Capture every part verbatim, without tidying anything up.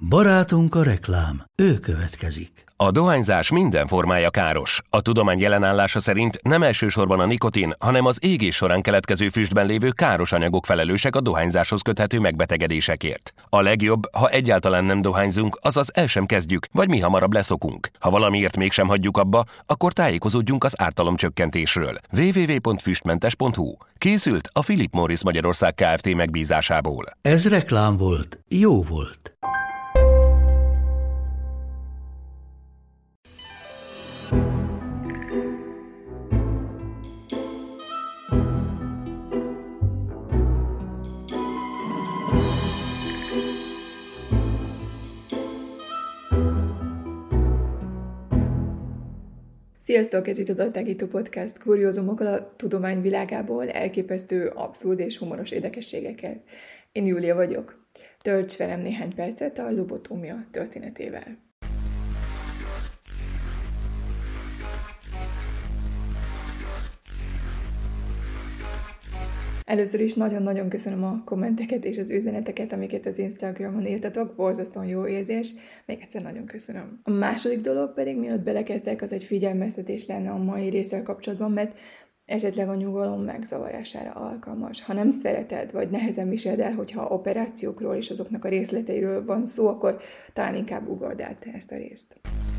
Barátunk a reklám, ő következik. A dohányzás minden formája káros. A tudomány jelenállása szerint nem elsősorban a nikotin, hanem az égés során keletkező füstben lévő káros anyagok felelősek a dohányzáshoz köthető megbetegedésekért. A legjobb, ha egyáltalán nem dohányzunk, azaz el sem kezdjük, vagy mi hamarabb leszokunk. Ha valamiért mégsem hagyjuk abba, akkor tájékozódjunk az ártalomcsökkentésről. double-u double-u double-u pont füstmentes pont hu. Készült a Philip Morris Magyarország Kft. Megbízásából. Ez reklám volt, jó volt. Sziasztok! Ez itt az Agytágító Podcast kuriózumokkal a tudomány világából, elképesztő, abszurd és humoros érdekességekkel. Én Júlia vagyok. Tölts velem néhány percet a lobotómia történetével. Először is nagyon-nagyon köszönöm a kommenteket és az üzeneteket, amiket az Instagramon írtatok, borzasztóan jó érzés, még egyszer nagyon köszönöm. A második dolog pedig, mielőtt belekezdek, az egy figyelmeztetés lenne a mai résszel kapcsolatban, mert esetleg a nyugalom megzavarására alkalmas. Ha nem szereted, vagy nehezen viseled el, hogyha operációkról és azoknak a részleteiről van szó, akkor talán inkább ugord át ezt a részt.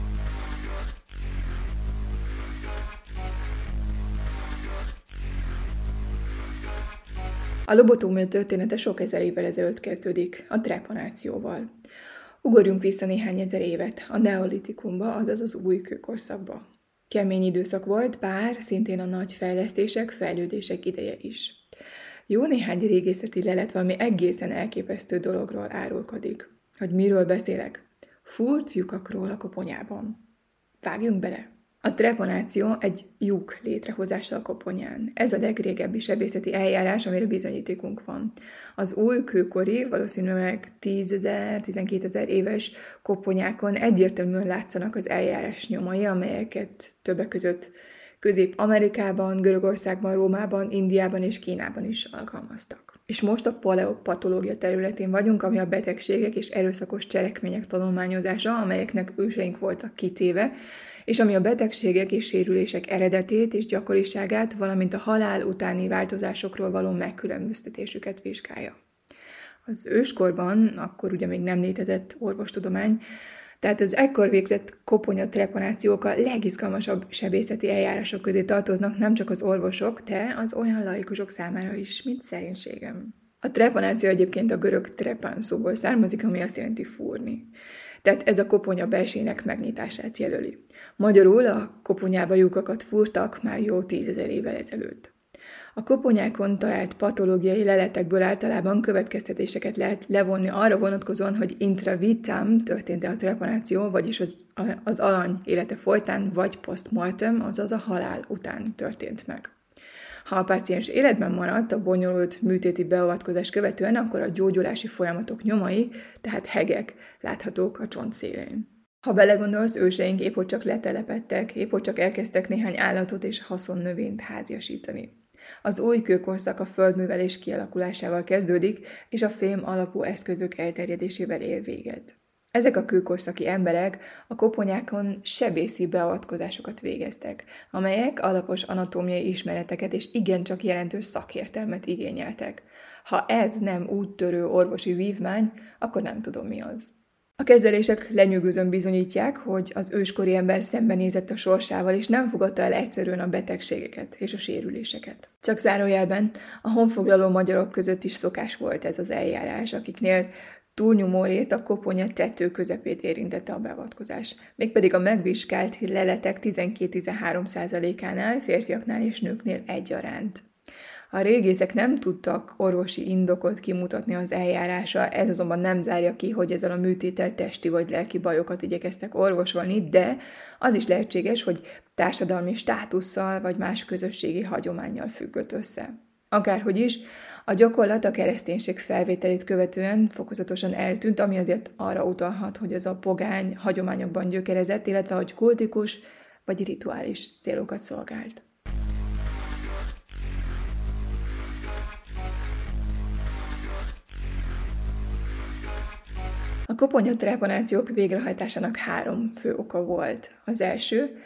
A lobotómia története sok ezer évvel ezelőtt kezdődik, a trepanációval. Ugorjunk vissza néhány ezer évet, a neolitikumba, azaz az új kőkorszakba. Kemény időszak volt, bár szintén a nagy fejlesztések, fejlődések ideje is. Jó néhány régészeti lelet valami egészen elképesztő dologról árulkodik. Hogy miről beszélek? Furt lyukakról a koponyában. Vágjunk bele! A trepanáció egy lyuk létrehozása a koponyán. Ez a legrégebbi sebészeti eljárás, amire bizonyítékunk van. Az új kőkori, valószínűleg tízezer-tizenkétezer éves koponyákon egyértelműen látszanak az eljárás nyomai, amelyeket többek között Közép-Amerikában, Görögországban, Rómában, Indiában és Kínában is alkalmaztak. És most a paleopatológia területén vagyunk, ami a betegségek és erőszakos cselekmények tanulmányozása, amelyeknek őseink voltak kitéve, és ami a betegségek és sérülések eredetét és gyakoriságát, valamint a halál utáni változásokról való megkülönböztetésüket vizsgálja. Az őskorban, akkor ugye még nem létezett orvostudomány, tehát az ekkor végzett koponya-trepanációk a legizgalmasabb sebészeti eljárások közé tartoznak nem csak az orvosok, de az olyan laikusok számára is, mint szerénységem. A trepanáció egyébként a görög trepan szóból származik, ami azt jelenti fúrni. Tehát ez a koponya belsének megnyitását jelöli. Magyarul a koponyába lyukakat fúrtak már jó tízezer évvel ezelőtt. A koponyákon talált patológiai leletekből általában következtetéseket lehet levonni arra vonatkozóan, hogy intravitam történt-e a trepanáció, vagyis az, az alany élete folytán, vagy postmortem, azaz a halál után történt meg. Ha a páciens életben maradt a bonyolult műtéti beavatkozás követően, akkor a gyógyulási folyamatok nyomai, tehát hegek láthatók a csont szélén. Ha belegondolsz, őseink épp hogy csak letelepedtek, épp hogy csak elkezdtek néhány állatot és haszonnövényt háziasítani. Az új kőkorszak a földművelés kialakulásával kezdődik, és a fém alapú eszközök elterjedésével ér véget. Ezek a kőkorszaki emberek a koponyákon sebészi beavatkozásokat végeztek, amelyek alapos anatómiai ismereteket és igencsak jelentős szakértelmet igényeltek. Ha ez nem úttörő orvosi vívmány, akkor nem tudom mi az. A kezelések lenyűgözően bizonyítják, hogy az őskori ember szembenézett a sorsával, és nem fogadta el egyszerűen a betegségeket és a sérüléseket. Csak zárójelben, a honfoglaló magyarok között is szokás volt ez az eljárás, akiknél túlnyomó részt a koponya tető közepét érintette a beavatkozás, mégpedig a megvizsgált leletek tizenkét-tizenhárom százalékánál, férfiaknál és nőknél egyaránt. A régészek nem tudtak orvosi indokot kimutatni az eljárásra, ez azonban nem zárja ki, hogy ezzel a műtéttel testi vagy lelki bajokat igyekeztek orvosolni, de az is lehetséges, hogy társadalmi státusszal vagy más közösségi hagyománnyal függött össze. Akárhogy is, a gyakorlat a kereszténység felvételét követően fokozatosan eltűnt, ami azért arra utalhat, hogy ez a pogány hagyományokban gyökerezett, illetve hogy kultikus vagy rituális célokat szolgált. A A koponyatrepanációk végrehajtásának három fő oka volt. Az első,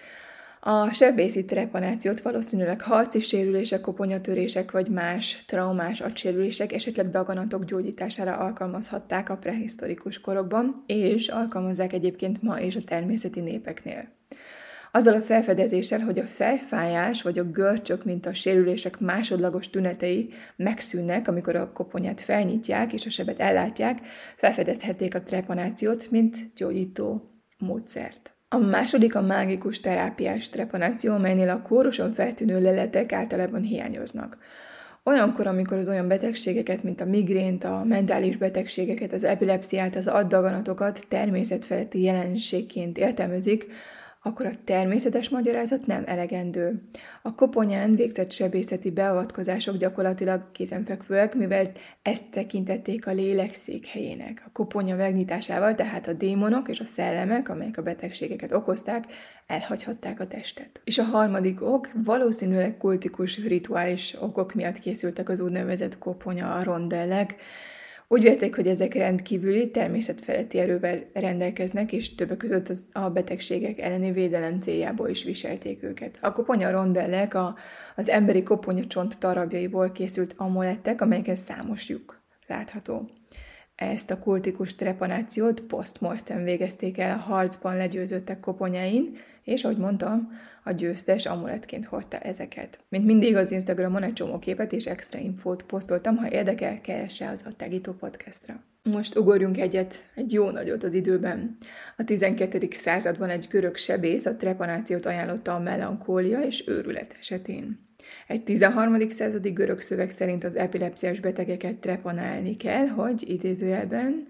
a sebészi trepanációt valószínűleg harci sérülések, koponyatörések vagy más traumás agysérülések, esetleg daganatok gyógyítására alkalmazhatták a prehisztorikus korokban, és alkalmazzák egyébként ma is a természeti népeknél. Azzal a felfedezéssel, hogy a fejfájás vagy a görcsök, mint a sérülések másodlagos tünetei megszűnnek, amikor a koponyát felnyitják és a sebet ellátják, felfedezhették a trepanációt, mint gyógyító módszert. A második a mágikus terápiás trepanáció, amelynél a kóroson feltűnő leletek általában hiányoznak. Olyankor, amikor az olyan betegségeket, mint a migrént, a mentális betegségeket, az epilepsziát, az agydaganatokat természetfeletti jelenségként értelmezik, akkor a természetes magyarázat nem elegendő. A koponyán végzett sebészeti beavatkozások gyakorlatilag kézenfekvőek, mivel ezt tekintették a lélek székhelyének. A koponya megnyitásával tehát a démonok és a szellemek, amelyek a betegségeket okozták, elhagyhatták a testet. És a harmadik ok, valószínűleg kultikus, rituális okok miatt készültek az úgynevezett koponya rondellek. Úgy vélték, hogy ezek rendkívüli, természetfeletti erővel rendelkeznek, és többek között az, a betegségek elleni védelem céljából is viselték őket. A koponya rondellek a, az emberi koponyacsont darabjaiból készült amulettek, amelyeken számos lyuk látható. Ezt a kultikus trepanációt post-mortem végezték el a harcban legyőzöttek koponyáin, és ahogy mondtam, a győztes amuletként hordta ezeket. Mint mindig az Instagramon egy csomó képet és extra infót posztoltam, ha érdekel, keresse az a Tegító podcastra. Most ugorjunk egyet, egy jó nagyot az időben. A tizenkettedik században egy görög sebész a trepanációt ajánlotta a melankólia és őrület esetén. Egy tizenharmadik századi görög szöveg szerint az epilepsziás betegeket trepanálni kell, hogy idézőjelben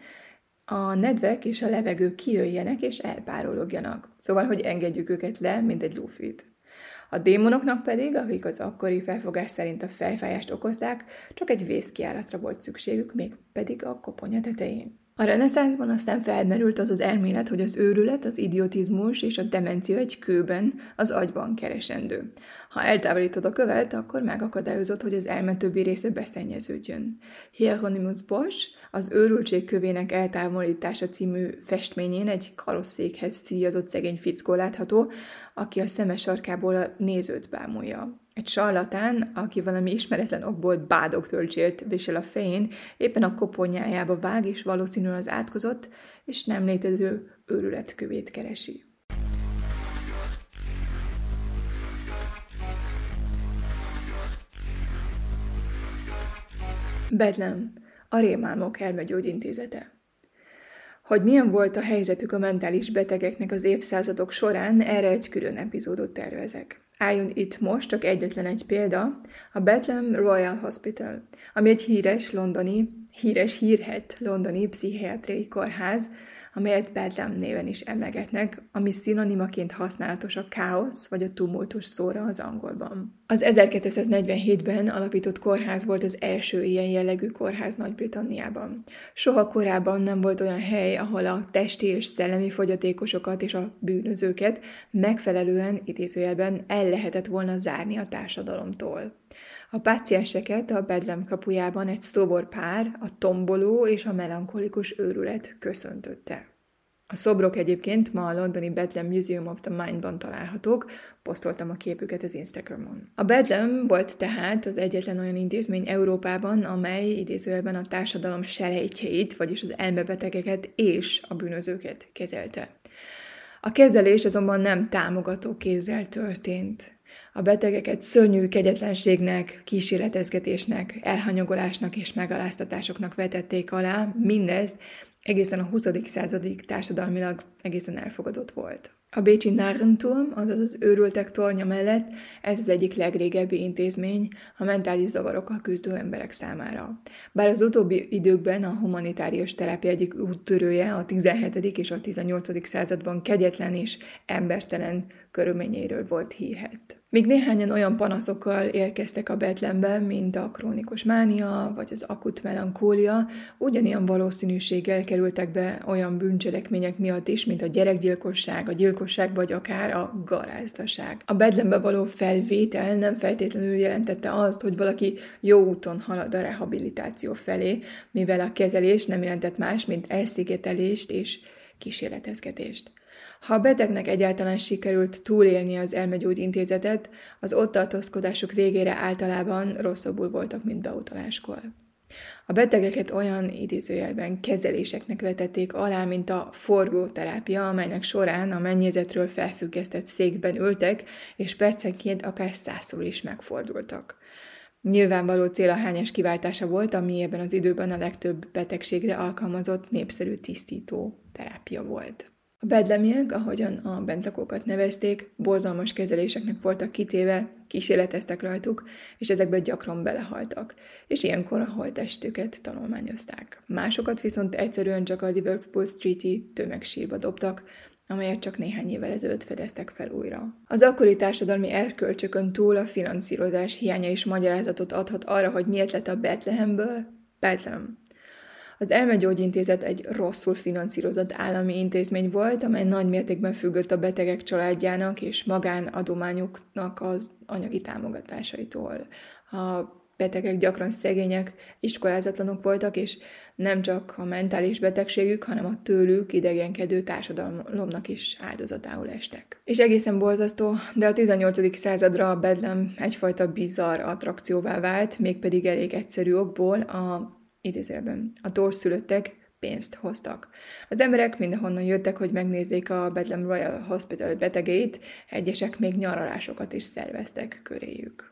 a nedvek és a levegő kijöjjenek és elpárologjanak. Szóval, hogy engedjük őket le, mint egy lufit. A démonoknak pedig, akik az akkori felfogás szerint a fejfájást okozták, csak egy vészkijáratra volt szükségük, még pedig a koponya tetején. A reneszánszban aztán felmerült az az elmélet, hogy az őrület, az idiotizmus és a demencia egy kőben, az agyban keresendő. Ha eltávolítod a követ, akkor megakadályozod, hogy az elme többi része beszennyeződjön. Hieronymus Bosch az őrültség kövének eltávolítása című festményén egy karosszékhez szíjazott szegény fickó látható, aki a szeme sarkából a nézőt bámulja. Egy sarlatán, aki valami ismeretlen okból bádogtölcsét visel a fején, éppen a koponyájába vág, és valószínűleg az átkozott és nem létező őrületkövét keresi. Bedlam, a rémálmok elmegyógyintézete. Hogy milyen volt a helyzetük a mentális betegeknek az évszázadok során, erre egy külön epizódot tervezek. Álljon itt most csak egyetlen egy példa, a Bedlam Royal Hospital, ami egy híres londoni, híres hírhedt londoni pszichiátriai kórház, amelyet Bedlam néven is emlegetnek, ami szinonimaként használatos a káosz vagy a tumultus szóra az angolban. Az ezerkétszáznegyvenhétben alapított kórház volt az első ilyen jellegű kórház Nagy-Britanniában. Soha korábban nem volt olyan hely, ahol a testi és szellemi fogyatékosokat és a bűnözőket megfelelően, idézőjelben el lehetett volna zárni a társadalomtól. A pácienseket a Bedlam kapujában egy szobor pár, a tomboló és a melankolikus őrület köszöntötte. A szobrok egyébként ma a londoni Bedlam Museum of the Mind-ban találhatók, posztoltam a képüket az Instagramon. A Bedlam volt tehát az egyetlen olyan intézmény Európában, amely idézőjelben a társadalom selejtjeit, vagyis az elmebetegeket és a bűnözőket kezelte. A kezelés azonban nem támogató kézzel történt. A betegeket szörnyű kegyetlenségnek, kísérletezgetésnek, elhanyagolásnak és megaláztatásoknak vetették alá, mindez egészen a huszadik századig társadalmilag egészen elfogadott volt. A bécsi Narrenturm, azaz az őrültek tornya mellett ez az egyik legrégebbi intézmény a mentális zavarokkal küzdő emberek számára. Bár az utóbbi időkben a humanitárius terápia egyik úttörője a tizenhetedik és a tizennyolcadik században kegyetlen és embertelen körülményeiről volt hírhedt. Míg néhányan olyan panaszokkal érkeztek a Bethlehembe, mint a krónikus mánia vagy az akut melankólia, ugyanilyen valószínűséggel kerültek be olyan bűncselekmények miatt is, mint a gyerekgyilkosság, a gyilkosság vagy akár a garázdaság. A Bethlehembe való felvétel nem feltétlenül jelentette azt, hogy valaki jó úton halad a rehabilitáció felé, mivel a kezelés nem jelentett más, mint elszigetelést és kísérletezgetést. Ha a betegnek egyáltalán sikerült túlélni az elmegyógyintézetet, az ott tartózkodásuk végére általában rosszabbul voltak, mint beutaláskor. A betegeket olyan idézőjelben kezeléseknek vetették alá, mint a forgóterápia, amelynek során a mennyezetről felfüggesztett székben ültek, és percenként akár százszor is megfordultak. Nyilvánvaló cél a hányás kiváltása volt, ami ebben az időben a legtöbb betegségre alkalmazott népszerű tisztító terápia volt. A bedlehemiek, ahogyan a bentlakókat nevezték, borzalmas kezeléseknek voltak kitéve, kísérleteztek rajtuk, és ezekbe gyakran belehaltak, és ilyenkor a holttestüket tanulmányozták. Másokat viszont egyszerűen csak a Liverpool Street-i tömegsírba dobtak, amelyet csak néhány évvel ezelőtt fedeztek fel újra. Az akkori társadalmi erkölcsökön túl a finanszírozás hiánya is magyarázatot adhat arra, hogy miért lett a Bethlehemből Bethlehem. Az elmegyógyintézet egy rosszul finanszírozott állami intézmény volt, amely nagy mértékben függött a betegek családjának és magánadományoknak az anyagi támogatásaitól. A betegek gyakran szegények, iskolázatlanok voltak, és nem csak a mentális betegségük, hanem a tőlük idegenkedő társadalomnak is áldozatául estek. És egészen borzasztó, de a tizennyolcadik századra a Betlehem egyfajta bizarr attrakcióvá vált, mégpedig elég egyszerű okból, a idézőjelben a torszülöttek pénzt hoztak. Az emberek mindenhonnan jöttek, hogy megnézzék a Bethlehem Royal Hospital betegeit, egyesek még nyaralásokat is szerveztek köréjük.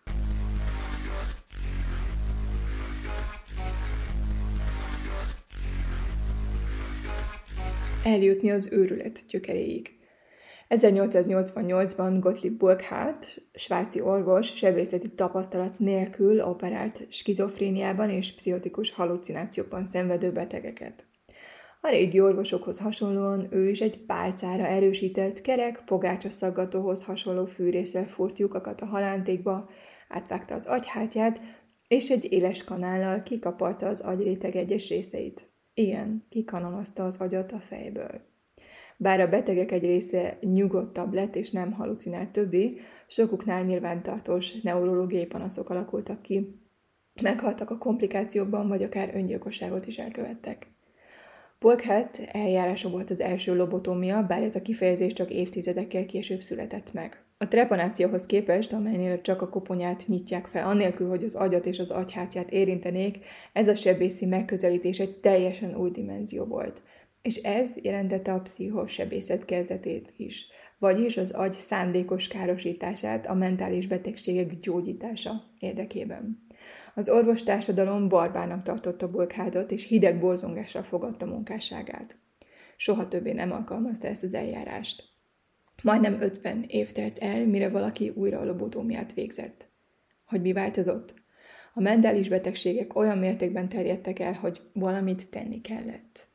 Eljutni az őrület gyökeréig. ezernyolcszáznyolcvannyolcban Gottlieb Burckhardt, svájci orvos, sebészeti tapasztalat nélkül operált skizofréniában és pszichotikus hallucinációkban szenvedő betegeket. A régi orvosokhoz hasonlóan ő is egy pálcára erősített, kerek, pogácsaszaggatóhoz hasonló fűrésszel fúrt lyukakat a halántékba, átvágta az agyhártyát, és egy éles kanállal kikaparta az agyréteg egyes részeit. Ilyen kikanalazta az agyat a fejből. Bár a betegek egy része nyugodtabb lett és nem halucinált többé, sokuknál nyilvántartós neurológiai panaszok alakultak ki, meghaltak a komplikációkban, vagy akár öngyilkosságot is elkövettek. Burckhardt eljárása volt az első lobotómia, bár ez a kifejezés csak évtizedekkel később született meg. A trepanációhoz képest, amelynél csak a koponyát nyitják fel, annélkül, hogy az agyat és az agyhártyát érintenék, ez a sebészi megközelítés egy teljesen új dimenzió volt. És ez jelentette a pszichosebészet kezdetét is, vagyis az agy szándékos károsítását a mentális betegségek gyógyítása érdekében. Az orvostársadalom barbának tartotta Burckhardt, és hideg borzongással fogadta munkásságát. Soha többé nem alkalmazta ezt az eljárást. Majdnem ötven év telt el, mire valaki újra a lobotómiát végzett. Hogy mi változott? A mentális betegségek olyan mértékben terjedtek el, hogy valamit tenni kellett.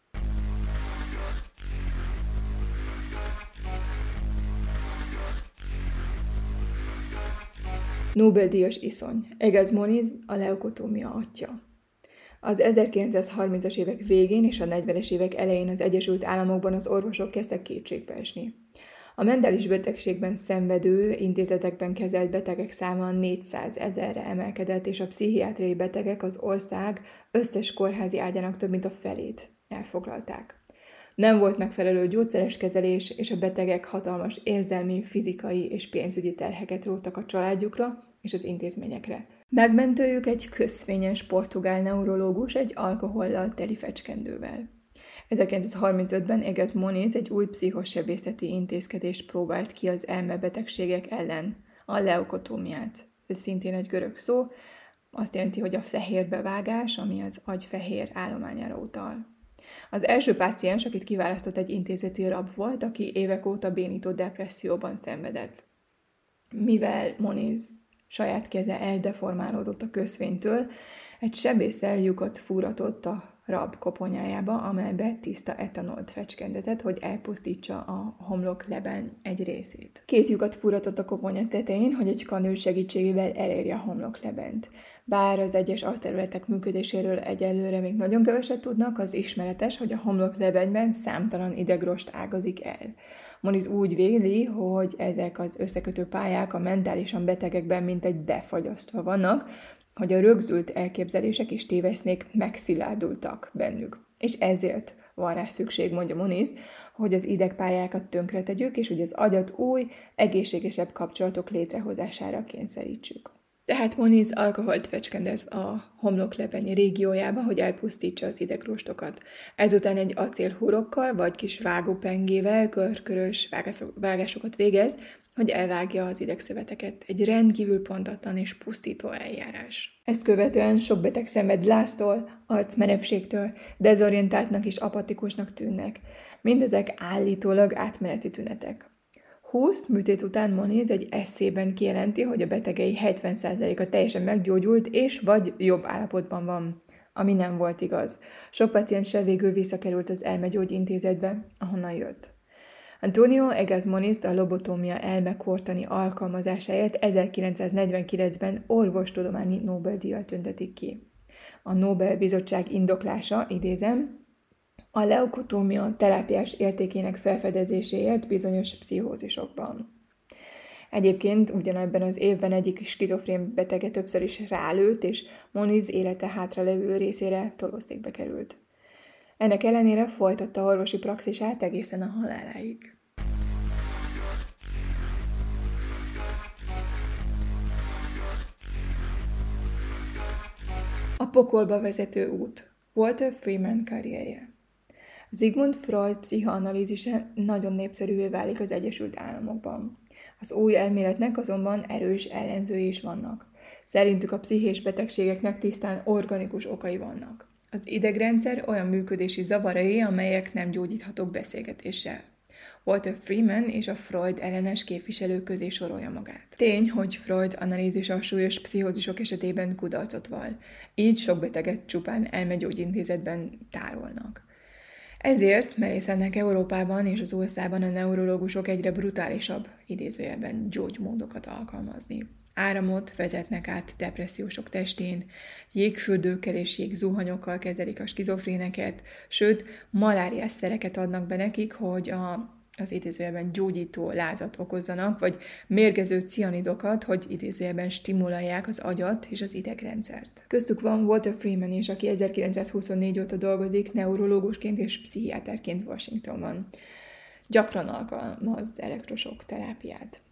Nobel-díjas iszony. Egas Moniz, a leukotómia atya. Az ezerkilencszázharmincas évek végén és a negyvenes évek elején az Egyesült Államokban az orvosok kezdtek kétségbe esni. A mentális betegségben szenvedő, intézetekben kezelt betegek száma négyszázezerre emelkedett, és a pszichiátriai betegek az ország összes kórházi ágyának több mint a felét elfoglalták. Nem volt megfelelő gyógyszeres kezelés, és a betegek hatalmas érzelmi, fizikai és pénzügyi terheket róttak a családjukra és az intézményekre. Megmentőjük egy közfényes portugál neurológus egy alkohollal teli fecskendővel. ezerkilencszázharmincötben Egas Moniz egy új pszichosebészeti intézkedést próbált ki az elmebetegségek ellen, a leukotómiát. Ez szintén egy görög szó, azt jelenti, hogy a fehér bevágás, ami az agy fehér állományára utal. Az első páciens, akit kiválasztott, egy intézeti rab volt, aki évek óta bénító depresszióban szenvedett. Mivel Moniz saját keze eldeformálódott a köszvénytől, egy sebésszel lyukat fúratott a rab koponyájába, amelybe tiszta etanolt fecskendezett, hogy elpusztítsa a homlokleben egy részét. Két lyukat furatott a koponya tetején, hogy egy kanő segítségével elérje a homloklebent. Bár az egyes alterületek működéséről egyelőre még nagyon keveset tudnak, az ismeretes, hogy a homloklebenben számtalan idegrost ágazik el. Moniz úgy véli, hogy ezek az összekötő pályák a mentálisan betegekben mintegy befagyasztva vannak, hogy a rögzült elképzelések és téveszmék megszilárdultak bennük. És ezért van rá szükség, mondja Moniz, hogy az idegpályákat tönkre tegyük, és hogy az agyat új, egészségesebb kapcsolatok létrehozására kényszerítsük. Tehát Moniz alkoholt fecskendez a homloklebeny régiójába, hogy elpusztítsa az idegróstokat. Ezután egy acélhúrokkal vagy kis vágópengével körkörös vágásokat végez, hogy elvágja az idegszöveteket. Egy rendkívül pontatlan és pusztító eljárás. Ezt követően sok beteg szenved láztól, arcmerevségtől, dezorientáltnak és apatikusnak tűnnek. Mindezek állítólag átmeneti tünetek. húsz műtét után Moniz egy esszében kijelenti, hogy a betegei hetven százaléka teljesen meggyógyult, és vagy jobb állapotban van, ami nem volt igaz. Sok pacienssel végül visszakerült az elmegyógyintézetbe, ahonnan jött. Antonio Egas Monizt a lobotómia elmekórtani alkalmazásáért ezerkilencszáznegyvenkilencben orvostudományi Nobel-díjjal tüntetik ki. A Nobel-bizottság indoklása, idézem, a leukotómia terápiás értékének felfedezéséért bizonyos pszichózisokban. Egyébként ugyanebben az évben egyik skizofrén betege többször is rálőtt, és Moniz élete hátralevő részére tolószékbe került. Ennek ellenére folytatta orvosi praxisát egészen a haláláig. A pokolba vezető út. Walter Freeman karrierje. Sigmund Freud pszichoanalízise nagyon népszerűvé válik az Egyesült Államokban. Az új elméletnek azonban erős ellenzői is vannak. Szerintük a pszichés betegségeknek tisztán organikus okai vannak. Az idegrendszer olyan működési zavarai, amelyek nem gyógyíthatók beszélgetéssel. Walter Freeman és a Freud ellenes képviselők közé sorolja magát. Tény, hogy Freud analízisa a súlyos pszichózisok esetében kudarcot vall. Így sok beteget csupán elmegyógyintézetben tárolnak. Ezért merészelnek Európában és az u es á-ban a neurológusok egyre brutálisabb, idézőjelben gyógymódokat alkalmazni. Áramot vezetnek át depressziósok testén, jégfürdőkkel és jégzuhanyokkal kezelik a skizofréneket, sőt, maláriás szereket adnak be nekik, hogy a, az idézőjelben gyógyító lázat okozzanak, vagy mérgező cianidokat, hogy idézőjelben stimulálják az agyat és az idegrendszert. Köztük van Walter Freeman is, aki ezerkilencszázhuszonnégy óta dolgozik neurológusként és pszichiáterként Washingtonban. Gyakran alkalmaz elektrosokk terápiát.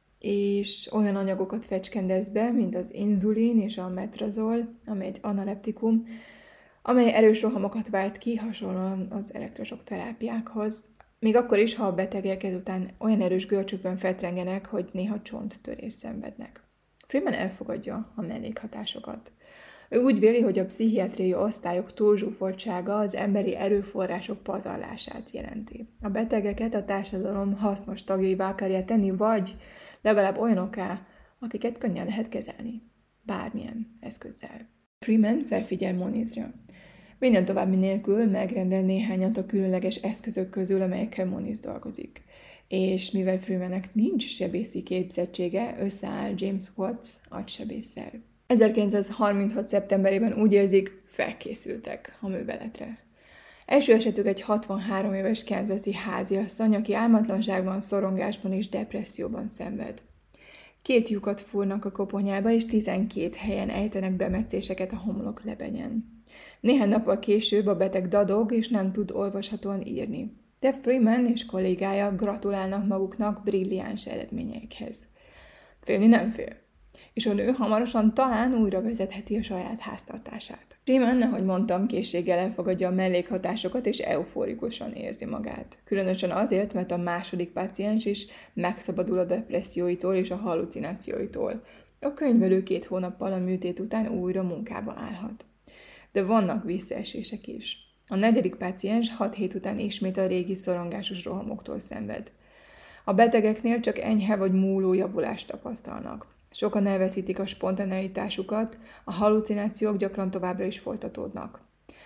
És olyan anyagokat fecskendez be, mint az inzulin és a metrazol, amely egy analeptikum, amely erős rohamokat vált ki, hasonlóan az elektrosokk terápiákhoz, még akkor is, ha a betegek ezután olyan erős görcsökben feltrengenek, hogy néha csonttörést szenvednek. Freeman elfogadja a mellékhatásokat. Ő úgy véli, hogy a pszichiátriai osztályok túlzsúfoltsága az emberi erőforrások pazarlását jelenti. A betegeket a társadalom hasznos tagjaivá akarja tenni, vagy legalább olyanokká, akiket könnyen lehet kezelni. Bármilyen eszközzel. Freeman felfigyel Monizra. Minden további nélkül megrendel néhányat a különleges eszközök közül, amelyekkel Moniz dolgozik. És mivel Freemannek nincs sebészi képzettsége, összeáll James Watts agysebésszel. ezerkilencszázharminchat. szeptemberében úgy érzik, felkészültek a műveletre. Első esetük egy hatvanhárom éves kansasi háziasszony, aki álmatlanságban, szorongásban és depresszióban szenved. Két lyukat fúrnak a koponyába, és tizenkét helyen ejtenek bemetszéseket a homloklebenyen. Néhány nappal később a beteg dadog, és nem tud olvashatóan írni. De Freeman és kollégája gratulálnak maguknak brilliáns eredményeikhez. Félni nem fél. És a nő hamarosan talán újra vezetheti a saját háztartását. Freeman, ahogy mondtam, készséggel elfogadja a mellékhatásokat, és euforikusan érzi magát. Különösen azért, mert a második páciens is megszabadul a depresszióitól és a hallucinációitól. A könyvelő két hónappal a műtét után újra munkába állhat. De vannak visszaesések is. A negyedik páciens hat hét után ismét a régi szorongásos rohamoktól szenved. A betegeknél csak enyhe vagy múló javulást tapasztalnak. Sokan elveszítik a spontaneitásukat, a hallucinációk gyakran továbbra is folytatódnak.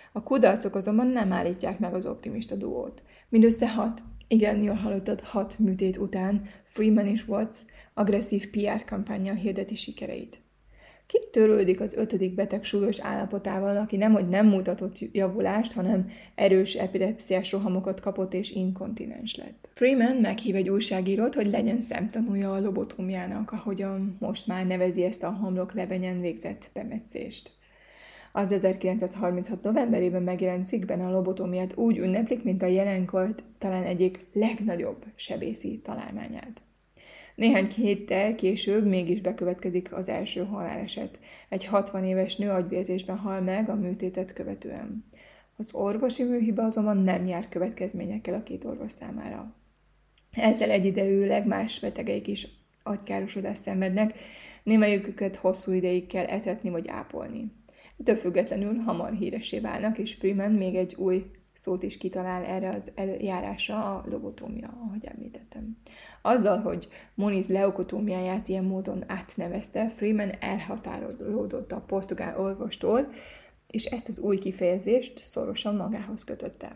A kudarcok azonban nem állítják meg az optimista duót. Mindössze hat, igen, jól hallottad, hat műtét után Freeman és Watts agresszív pé er kampánnyal hirdeti sikereit. Ki törődik az ötödik beteg súlyos állapotával, aki nemhogy nem mutatott javulást, hanem erős epilepsziás rohamokat kapott és inkontinens lett. Freeman meghív egy újságírót, hogy legyen szemtanúja a lobotómiának, ahogyan most már nevezi ezt a homloklebenyen végzett bemetszést. Az ezerkilencszázharminchat novemberében megjelent cikkben a lobotómiát úgy ünneplik, mint a jelenkor talán egyik legnagyobb sebészi találmányát. Néhány héttel később mégis bekövetkezik az első haláleset. Egy hatvan éves nő agyvérzésben hal meg a műtétet követően. Az orvosi műhiba azonban nem jár következményekkel a két orvos számára. Ezzel egyidejűleg más betegeik is agykárosodást szenvednek, némelyiküket hosszú ideig kell etetni vagy ápolni. Ettől függetlenül hamar híressé válnak, és Freeman még egy új szót is kitalál erre az eljárásra, a lobotómia, ahogy említettem. Azzal, hogy Moniz leukotómiáját ilyen módon átnevezte, Freeman elhatárolódott a portugál orvostól, és ezt az új kifejezést szorosan magához kötötte.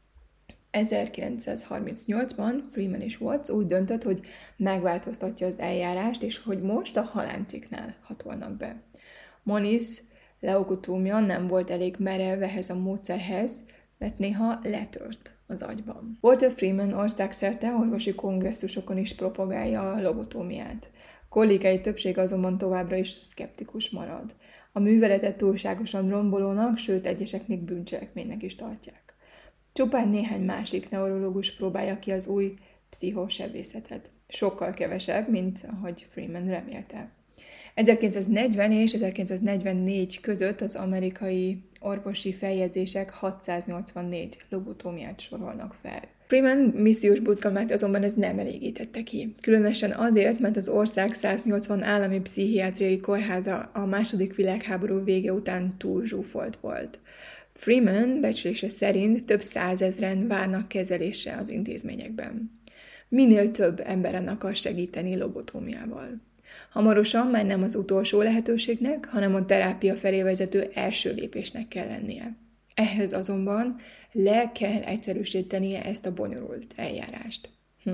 ezerkilencszázharmincnyolcban Freeman és Watts úgy döntött, hogy megváltoztatja az eljárást, és hogy most a halántéknál hatolnak be. Moniz leukotómia nem volt elég merev ehhez a módszerhez, mert néha letört az agyban. Walter Freeman országszerte orvosi kongresszusokon is propagálja a lobotómiát. A kollégái többsége azonban továbbra is szkeptikus marad. A műveletet túlságosan rombolónak, sőt egyesek még bűncselekménynek is tartják. Csupán néhány másik neurológus próbálja ki az új pszichosebészetet. Sokkal kevesebb, mint ahogy Freeman remélte. ezerkilencszáznegyven és ezerkilencszáznegyvennégy között az amerikai orvosi feljegyzések hatszáznyolcvannégy lobotómiát sorolnak fel. Freeman missziós buzgalmát azonban ez nem elégítette ki. Különösen azért, mert az ország száznyolcvan állami pszichiátriai kórháza a második világháború vége után túl zsúfolt volt. Freeman becslése szerint több százezren várnak kezelésre az intézményekben. Minél több emberen akar segíteni lobotómiával. Hamarosan már nem az utolsó lehetőségnek, hanem a terápia felé vezető első lépésnek kell lennie. Ehhez azonban le kell egyszerűsítenie ezt a bonyolult eljárást. Hm.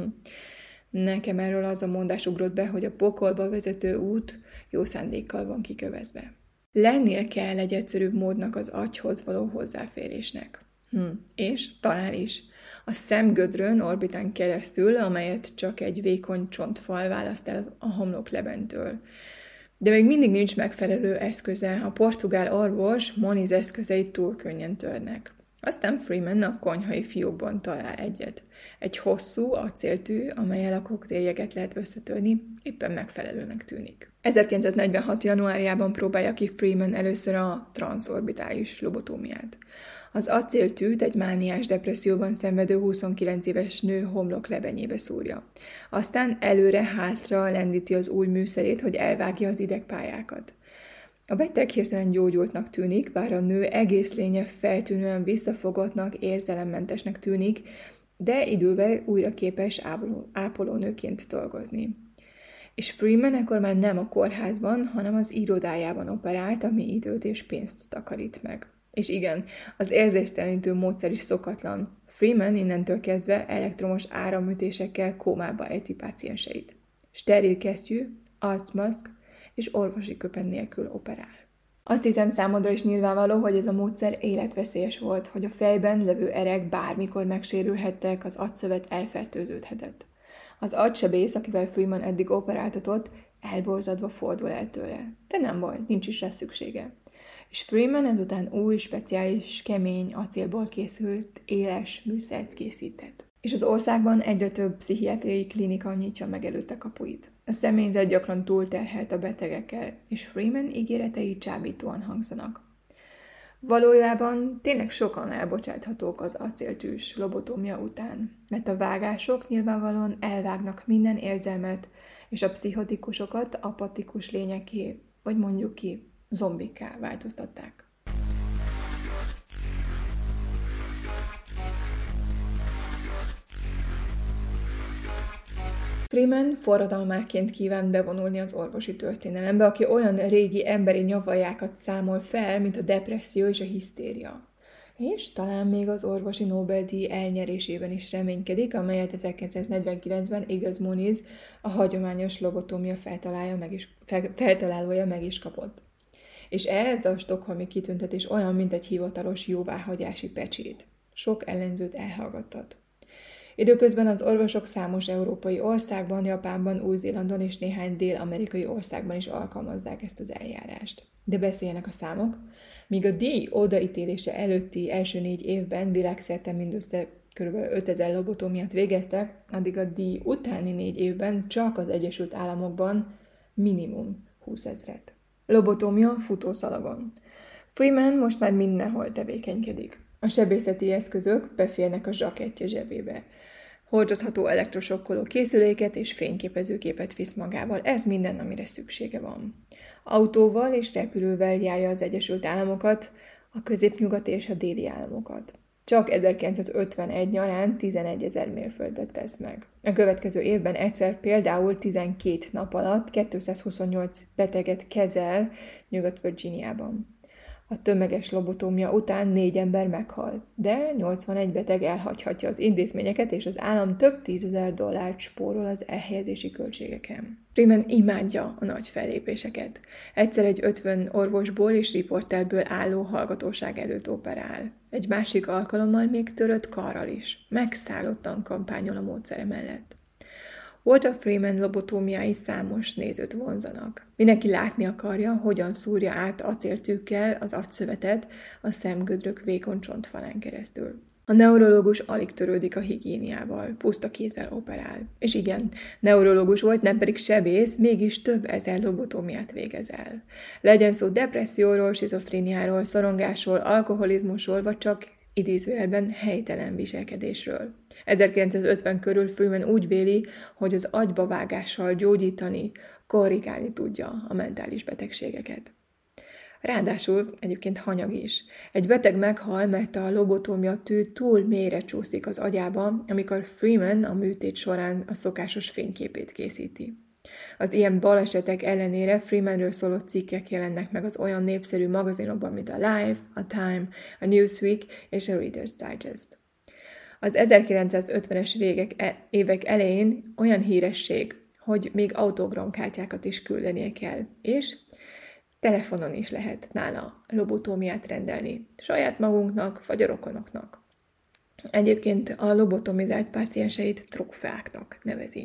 Nekem erről az a mondás ugrott be, hogy a pokolba vezető út jó szándékkal van kikövezve. Lennie kell egy egyszerűbb módnak az agyhoz való hozzáférésnek. Hm. És talán is. A szemgödrön orbitán keresztül, amelyet csak egy vékony csontfal választ el a homloklebentől. De még mindig nincs megfelelő eszköze, a portugál orvos Moniz eszközeit túl könnyen törnek. Aztán Freeman a konyhai fiókban talál egyet. Egy hosszú acéltű, amellyel a koktéljegyet lehet összetörni, éppen megfelelőnek tűnik. ezerkilencszáznegyvenhat. januárjában próbálja ki Freeman először a transzorbitális lobotómiát. Az acéltűt egy mániás depresszióban szenvedő huszonkilenc éves nő homloklebenyébe szúrja. Aztán előre-hátra lendíti az új műszerét, hogy elvágja az idegpályákat. A beteg hirtelen gyógyultnak tűnik, bár a nő egész lénye feltűnően visszafogottnak, érzelemmentesnek tűnik, de idővel újra képes ápoló, ápolónőként dolgozni. És Freeman ekkor már nem a kórházban, hanem az irodájában operált, ami időt és pénzt takarít meg. És igen, az érzéstelenítő módszer is szokatlan. Freeman innentől kezdve elektromos áramütésekkel kómába ejti pácienseit. Steril kesztyű, arcmaszk és orvosi köpen nélkül operál. Azt hiszem, számodra is nyilvánvaló, hogy ez a módszer életveszélyes volt, hogy a fejben levő erek bármikor megsérülhettek, az agyszövet elfertőződhetett. Az agysebész, akivel Freeman eddig operáltatott, elborzadva fordul el tőle. De nem baj, nincs is rá szüksége. És Freeman ezután új, speciális, kemény acélból készült, éles műszert készített. És az országban egyre több pszichiátriai klinika nyitja meg előtte kapuit. A személyzet gyakran túlterhelt a betegekkel, és Freeman ígéretei csábítóan hangzanak. Valójában tényleg sokan elbocsáthatók az acéltűs lobotómia után, mert a vágások nyilvánvalóan elvágnak minden érzelmet, és a pszichotikusokat apatikus lényeké, vagy mondjuk ki, zombikká változtatták. Freeman forradalmárként kíván bevonulni az orvosi történelembe, aki olyan régi emberi nyavajákat számol fel, mint a depresszió és a hisztéria. és talán még az orvosi Nobel-díj elnyerésében is reménykedik, amelyet ezerkilencszáznegyvenkilencben Igaz Moniz, a hagyományos lobotómia feltalálója meg is, fel, feltalálója meg is kapott. És ez a stockholmi kitüntetés olyan, mint egy hivatalos jóváhagyási pecsét. Sok ellenzőt elhallgattat. Időközben az orvosok számos európai országban, Japánban, Új-Zélandon és néhány dél-amerikai országban is alkalmazzák ezt az eljárást. De beszéljenek a számok. Míg a díj odaítélése előtti első négy évben világszerte mindössze kb. ötezer lobotómiát végeztek, addig a díj utáni négy évben csak az Egyesült Államokban minimum húszezret. Lobotómia futószalagon. Freeman most már mindenhol tevékenykedik. A sebészeti eszközök beférnek a zsakettje zsebébe. Hordozható elektrosokkoló készüléket és fényképezőgépet visz magával. Ez minden, amire szüksége van. Autóval és repülővel járja az Egyesült Államokat, a középnyugati és a déli államokat. Csak ezerkilencszázötvenegy nyarán tizenegyezer mérföldet tesz meg. A következő évben egyszer például tizenkét nap alatt kétszázhuszonnyolc beteget kezel Nyugat-Virginiában. A tömeges lobotómia után négy ember meghal, de nyolcvanegy beteg elhagyhatja az intézményeket, és az állam több tízezer dollárt spórol az elhelyezési költségeken. Freeman imádja a nagy fellépéseket. Egyszer egy ötven orvosból és riporterből álló hallgatóság előtt operál. Egy másik alkalommal még törött karral is. Megszállottan kampányol a módszere mellett. Walter Freeman lobotómiái számos nézőt vonzanak. Mindenki látni akarja, hogyan szúrja át acéltűkkel az agyszövetet a szemgödrök vékony csontfalán keresztül. A neurológus alig törődik a higiéniával, puszta kézzel operál. És igen, neurológus volt, nem pedig sebész, mégis több ezer lobotómiát végez el. Legyen szó depresszióról, schizofréniáról, szorongásról, alkoholizmusról, vagy csak idézőjelben helytelen viselkedésről. ezerkilencszázötven körül Freeman úgy véli, hogy az agybavágással gyógyítani, korrigálni tudja a mentális betegségeket. Ráadásul egyébként hanyag is. Egy beteg meghal, mert a lobotómia tű túl mélyre csúszik az agyába, amikor Freeman a műtét során a szokásos fényképét készíti. Az ilyen balesetek ellenére Freemanről szóló cikkek jelennek meg az olyan népszerű magazinokban, mint a Life, a Time, a Newsweek és a Reader's Digest. Az ezerkilencszázötvenes végek, e, évek elején olyan híresség, hogy még autogramkártyákat is küldenie kell, és telefonon is lehet nála lobotómiát rendelni, saját magunknak vagy a rokonoknak. Egyébként a lobotomizált pácienseit trófeáknak nevezi.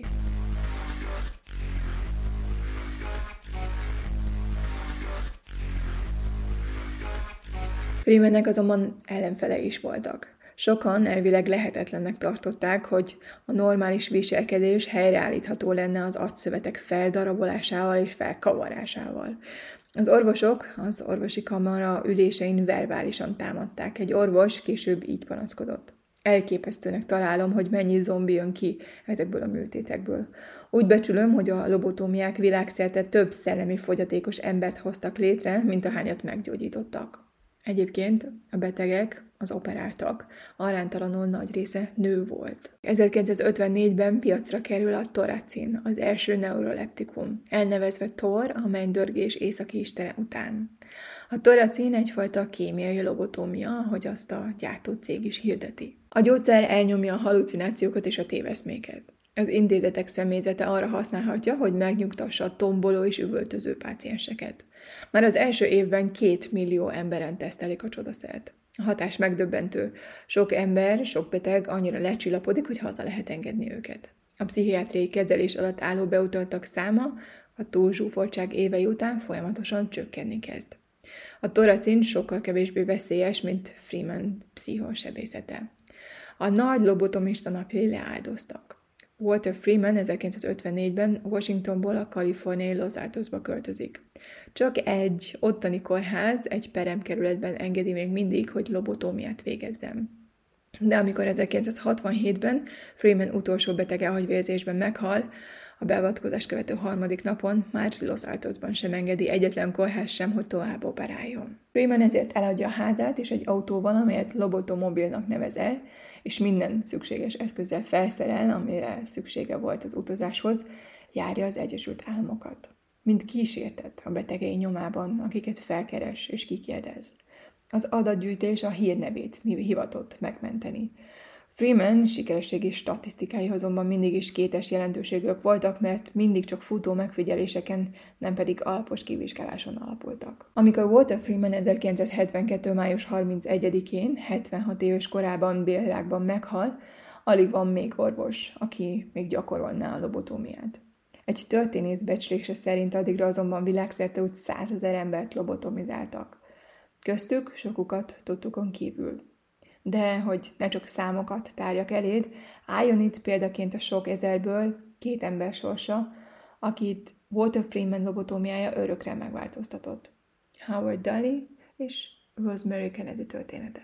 Freemannek azonban ellenfele is voltak. Sokan elvileg lehetetlennek tartották, hogy a normális viselkedés helyreállítható lenne az agyszövetek feldarabolásával és felkavarásával. Az orvosok az orvosi kamara ülésein verbálisan támadták. Egy orvos később így panaszkodott. Elképesztőnek találom, hogy mennyi zombi jön ki ezekből a műtétekből. Úgy becsülöm, hogy a lobotómiák világszerte több szellemi fogyatékos embert hoztak létre, mint ahányat meggyógyítottak. Egyébként a betegek, az operáltak, aránytalanul nagy része nő volt. ezerkilencszázötvennégyben piacra kerül a Toracin, az első neuroleptikum, elnevezve Thor, a mennydörgés északi istene után. A Toracin egyfajta kémiai lobotómia, ahogy azt a gyártó cég is hirdeti. A gyógyszer elnyomja a halucinációkat és a téveszméket. Az intézetek személyzete arra használhatja, hogy megnyugtassa a tomboló és üvöltöző pácienseket. Már az első évben két millió emberen tesztelik a csodaszert. A hatás megdöbbentő. Sok ember, sok beteg annyira lecsillapodik, hogy haza lehet engedni őket. A pszichiátriai kezelés alatt álló beutaltak száma a túlzsúfoltság évei után folyamatosan csökkenni kezd. A Toracin sokkal kevésbé veszélyes, mint Freeman pszichosebészete. A nagy lobotomista napjai leáldoztak. Walter Freeman ezerkilencszázötvennégyben Washingtonból a kaliforniai Los Altosba költözik. Csak egy ottani kórház egy peremkerületben engedi még mindig, hogy lobotómiát végezzem. De amikor ezerkilencszázhatvanhétben Freeman utolsó betege agyvérzésben meghal, a beavatkozást követő harmadik napon már Los Altosban sem engedi egyetlen kórház sem, hogy tovább operáljon. Freeman ezért eladja a házát, és egy autóval, amelyet lobotomobilnak nevez el, és minden szükséges eszközzel felszerel, amire szüksége volt az utazáshoz, járja az Egyesült Államokat. Mint kísértet a betegei nyomában, akiket felkeres és kikérdez. Az adatgyűjtés a hírnevét hivatott megmenteni. Freeman sikerességi statisztikái azonban mindig is kétes jelentőségűek voltak, mert mindig csak futó megfigyeléseken, nem pedig alapos kivizsgáláson alapultak. Amikor Walter Freeman ezerkilencszázhetvenkettő. május harmincegyedikén, hetvenhat éves korában bélrákban meghal, alig van még orvos, aki még gyakorolná a lobotómiát. Egy történész becslése szerint addigra azonban világszerte úgy százezer embert lobotomizáltak. Köztük sokukat tudtukon kívül. De hogy ne csak számokat tárjak eléd, álljon itt példaként a sok ezerből két ember sorsa, akit Walter Freeman lobotómiája örökre megváltoztatott. Howard Daly és Rosemary Kennedy története.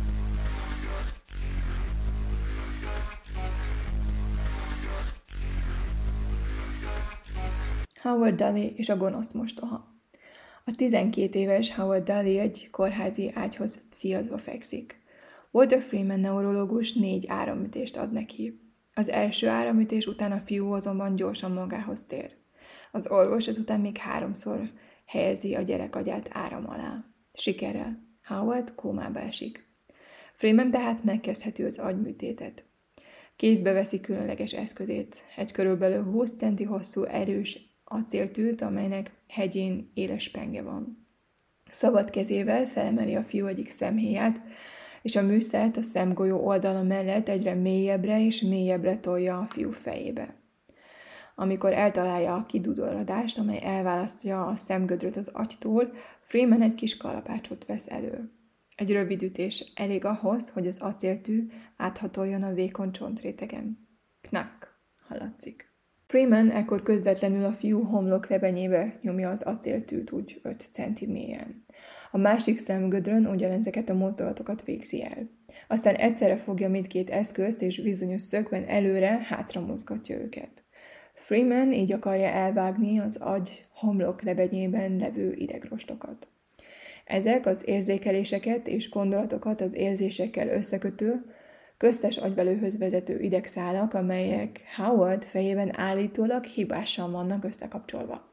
Howard Daly és a gonosz mostoha. A tizenkét éves Howard Daly egy kórházi ágyhoz szíjazva fekszik. Walter Freeman neurológus négy áramütést ad neki. Az első áramütés után a fiú azonban gyorsan magához tér. Az orvos ezután még háromszor helyezi a gyerek agyát áram alá. Sikerrel. Howard kómába esik. Freeman tehát megkezdheti az agyműtétet. Kézbe veszi különleges eszközét, egy körülbelül húsz centi hosszú erős acéltűt, amelynek hegyén éles penge van. Szabad kezével felemeli a fiú egyik szemhéját, és a műszert a szemgolyó oldala mellett egyre mélyebbre és mélyebbre tolja a fiú fejébe. Amikor eltalálja a kidudorodást, amely elválasztja a szemgödröt az agytól, Freeman egy kis kalapácsot vesz elő. Egy rövid ütés elég ahhoz, hogy az acéltű áthatoljon a vékony csontrétegen. Knak, hallatszik. Freeman ekkor közvetlenül a fiú homloklebenyébe nyomja az acéltűt úgy öt centi mélyen. A másik szemgödrön ugyanezeket a mozdulatokat végzi el. Aztán egyszerre fogja mindkét eszközt, és bizonyos szögben előre-hátra mozgatja őket. Freeman így akarja elvágni az agy homloklebenyében levő idegrostokat. Ezek az érzékeléseket és gondolatokat az érzésekkel összekötő, köztes agyvelőhöz vezető idegszálak, amelyek Howard fejében állítólag hibásan vannak összekapcsolva.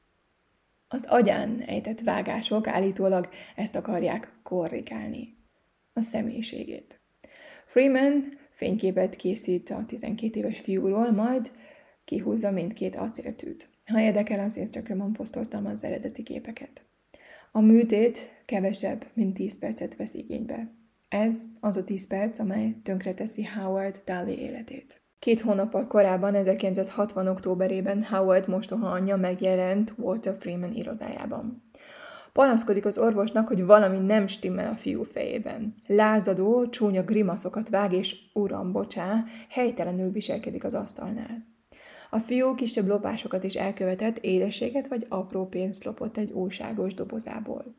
Az agyán ejtett vágások állítólag ezt akarják korrigálni, a személyiségét. Freeman fényképet készít a tizenkét éves fiúról, majd kihúzza mindkét acéltűt. Ha érdekel, az Instagramon posztoltam az eredeti képeket. A műtét kevesebb, mint tíz percet vesz igénybe. Ez az a tíz perc, amely tönkreteszi Howard Daly életét. Két hónappal korábban, ezerkilencszázhatvan. októberében Howard mostoha anyja megjelent Walter Freeman irodájában. Panaszkodik az orvosnak, hogy valami nem stimmel a fiú fejében. Lázadó, csúnya grimaszokat vág, és uram, bocsá, helytelenül viselkedik az asztalnál. A fiú kisebb lopásokat is elkövetett, édességet vagy apró pénzt lopott egy újságos dobozából.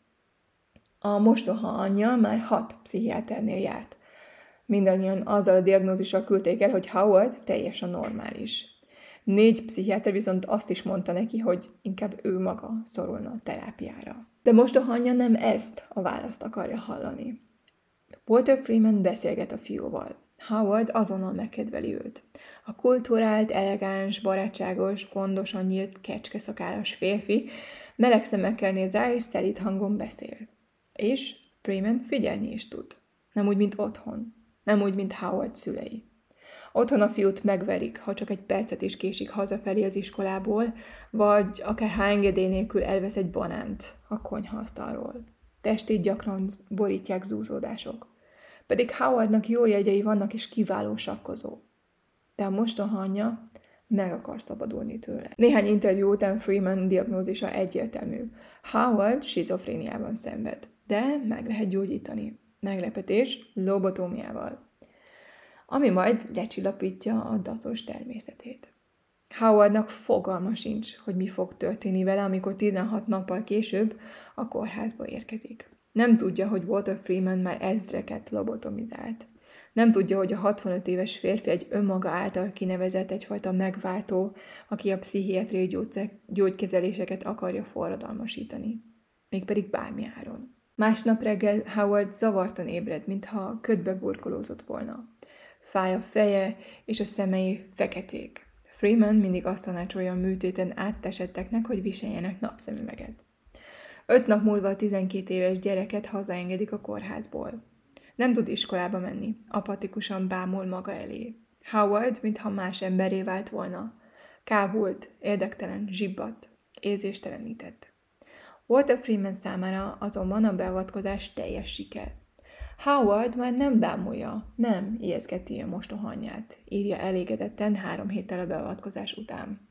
A mostoha anyja már hat pszichiáternél járt. Mindannyian azzal a diagnózissal küldték el, hogy Howard teljesen normális. Négy pszichiáter viszont azt is mondta neki, hogy inkább ő maga szorulna a terápiára. De mostoha anyja nem ezt a választ akarja hallani. Walter Freeman beszélget a fiúval. Howard azonnal megkedveli őt. A kulturált, elegáns, barátságos, gondosan nyílt, kecskeszakállas férfi meleg szemekkel néz rá, és szelíd hangon beszél. És Freeman figyelni is tud. Nem úgy, mint otthon. Nem úgy, mint Howard szülei. Otthon a fiút megverik, ha csak egy percet is késik hazafelé az iskolából, vagy akár ha engedély nélkül elvesz egy banánt a konyhaasztalról. Testét gyakran borítják zúzódások. Pedig Howardnak jó jegyei vannak, és kiváló sakkozó. De a mostoha anyja meg akar szabadulni tőle. Néhány interjú után Freeman diagnózisa egyértelmű. Howard skizofréniában szenved, de meg lehet gyógyítani. Meglepetés, lobotómiával. Ami majd lecsillapítja a dacos természetét. Howardnak fogalma sincs, hogy mi fog történni vele, amikor tizenhat nappal később a kórházba érkezik. Nem tudja, hogy Walter Freeman már ezreket lobotomizált. Nem tudja, hogy a hatvanöt éves férfi egy önmaga által kinevezett egyfajta megváltó, aki a pszichiátriai gyógykezeléseket akarja forradalmasítani. Mégpedig bármi áron. Másnap reggel Howard zavartan ébred, mintha ködbe burkolózott volna. Fáj a feje, és a szemei feketék. Freeman mindig azt tanácsolja a műtéten áttesetteknek, hogy viseljenek napszemüveget. Öt nap múlva a tizenkét éves gyereket hazaengedik a kórházból. Nem tud iskolába menni, apatikusan bámul maga elé. Howard, mintha más emberré vált volna. Kábult, érdektelen, zsibbadt, érzéstelenített. Walter Freeman számára azonban a beavatkozás teljes siker. Howard már nem bámulja, nem ijeszgeti a mostoha anyját, írja elégedetten három héttel a beavatkozás után.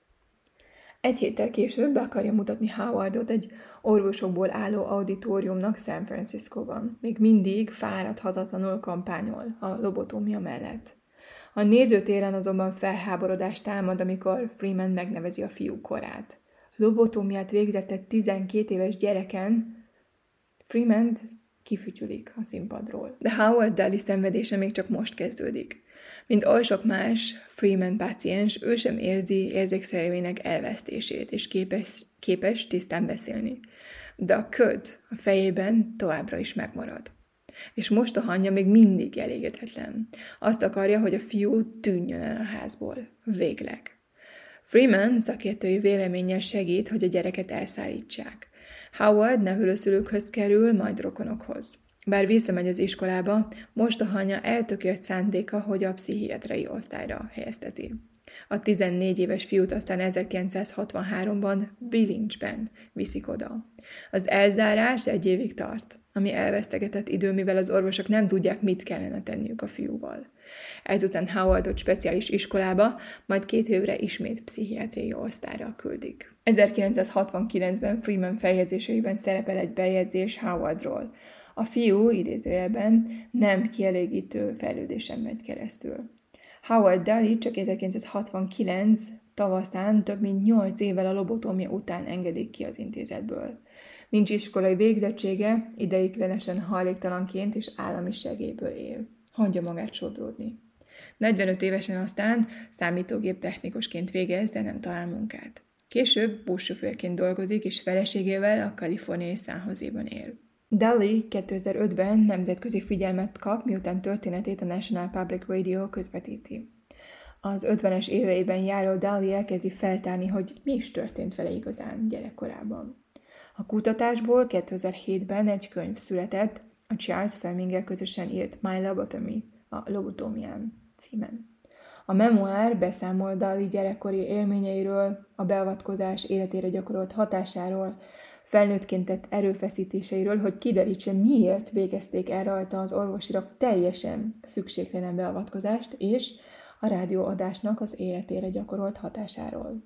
Egy héttel később be akarja mutatni Howardot egy orvosokból álló auditoriumnak San Franciscóban. Még mindig fáradhatatlanul kampányol a lobotómia mellett. A nézőtéren azonban felháborodást támad, amikor Freeman megnevezi a fiú korát. Lobotómiát végzett egy tizenkét éves gyereken, Freeman kifütyülik a színpadról. De Howard Daly szenvedése még csak most kezdődik. Mint oly sok más Freeman páciens, ő sem érzi érzékszervének elvesztését, és képes, képes tisztán beszélni. De a köd a fejében továbbra is megmarad. És most a hangja még mindig elégedetlen. Azt akarja, hogy a fiú tűnjön el a házból. Végleg. Freeman szakértői véleménnyel segít, hogy a gyereket elszállítsák. Howard nevelőszülőkhöz kerül, majd rokonokhoz. Bár visszamegy az iskolába, most a hanya eltökélt szándéka, hogy a pszichiátriai osztályra helyezteti. A tizennégy éves fiút aztán ezerkilencszázhatvanháromban bilincsben viszik oda. Az elzárás egy évig tart, ami elvesztegetett idő, mivel az orvosok nem tudják, mit kellene tenniük a fiúval. Ezután Howardot speciális iskolába, majd két évre ismét pszichiátriai osztályra küldik. ezerkilencszázhatvankilencben Freeman feljegyzéseiben szerepel egy bejegyzés Howardról. A fiú idézőjelben nem kielégítő fejlődésen megy keresztül. Howard Daly csak ezerkilencszázhatvankilenc tavaszán több mint nyolc évvel a lobotómia után engedik ki az intézetből. Nincs iskolai végzettsége, ideiglenesen hajléktalanként és állami segélyből él. Hagyja magát sodródni. negyvenöt évesen aztán számítógép technikusként végez, de nem talál munkát. Később buszsofőrként dolgozik, és feleségével a kaliforniai San Jose-ban él. Daly kétezer-ötben nemzetközi figyelmet kap, miután történetét a National Public Radio közvetíti. Az ötvenes éveiben járó Daly elkezdi feltárni, hogy mi is történt vele igazán gyerekkorában. A kutatásból kétezer-hétben egy könyv született, a Charles Fleminggel közösen írt My Lobotomy, a lobotómián címen. A memoár beszámol Daly gyerekkori élményeiről, a beavatkozás életére gyakorolt hatásáról, felnőttként tett erőfeszítéseiről, hogy kiderítse, miért végezték el rajta az orvosilag teljesen szükségtelen beavatkozást, és a rádióadásnak az életére gyakorolt hatásáról.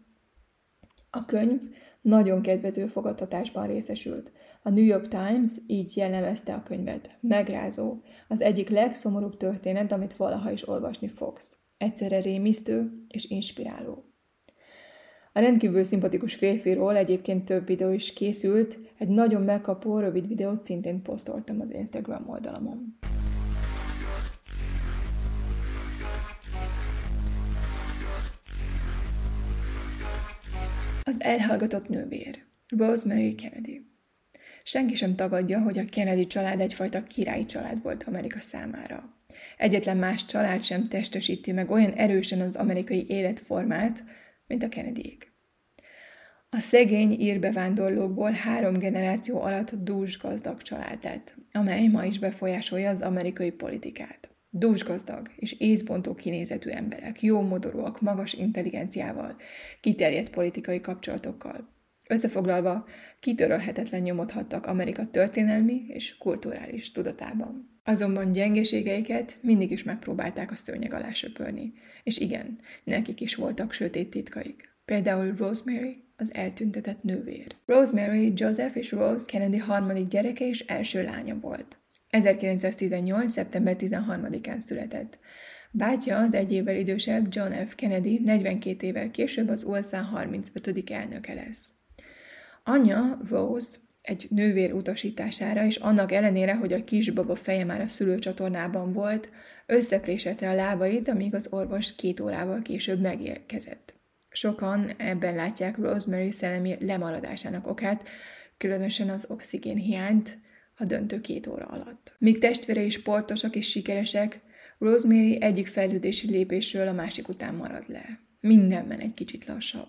A könyv nagyon kedvező fogadtatásban részesült. A New York Times így jellemezte a könyvet. Megrázó, az egyik legszomorúbb történet, amit valaha is olvasni fogsz. Egyszerre rémisztő és inspiráló. A rendkívül szimpatikus férfiról egyébként több videó is készült, egy nagyon megkapó rövid videót szintén posztoltam az Instagram oldalamon. Az elhallgatott nővér, Rosemary Kennedy. Senki sem tagadja, hogy a Kennedy család egyfajta királyi család volt Amerika számára. Egyetlen más család sem testesíti meg olyan erősen az amerikai életformát, mint a Kennedyék. A szegény ír bevándorlókból három generáció alatt dús gazdag család lett, amely ma is befolyásolja az amerikai politikát. Dúsgazdag és észbontó kinézetű emberek, jó modorúak, magas intelligenciával, kiterjedt politikai kapcsolatokkal. Összefoglalva, kitörölhetetlen nyomot hagytak Amerika történelmi és kulturális tudatában. Azonban gyengeségeiket mindig is megpróbálták a szőnyeg alá söpörni. És igen, nekik is voltak sötét titkaik. Például Rosemary, az eltüntetett nővér. Rosemary, Joseph és Rose Kennedy harmadik gyereke és első lánya volt. ezerkilencszáztizennyolc. szeptember tizenharmadikán született. Bátyja, az egy évvel idősebb John F. Kennedy negyvenkét évvel később az u es á harmincötödik elnöke lesz. Anyja, Rose, egy nővér utasítására, és annak ellenére, hogy a kisbaba feje már a szülőcsatornában volt, összepréselte a lábait, amíg az orvos két órával később megérkezett. Sokan ebben látják Rosemary szellemi lemaradásának okát, különösen az oxigén hiányt a döntő két óra alatt. Míg testvérei sportosak és sikeresek, Rosemary egyik fejlődési lépésről a másik után marad le. Mindenben egy kicsit lassabb.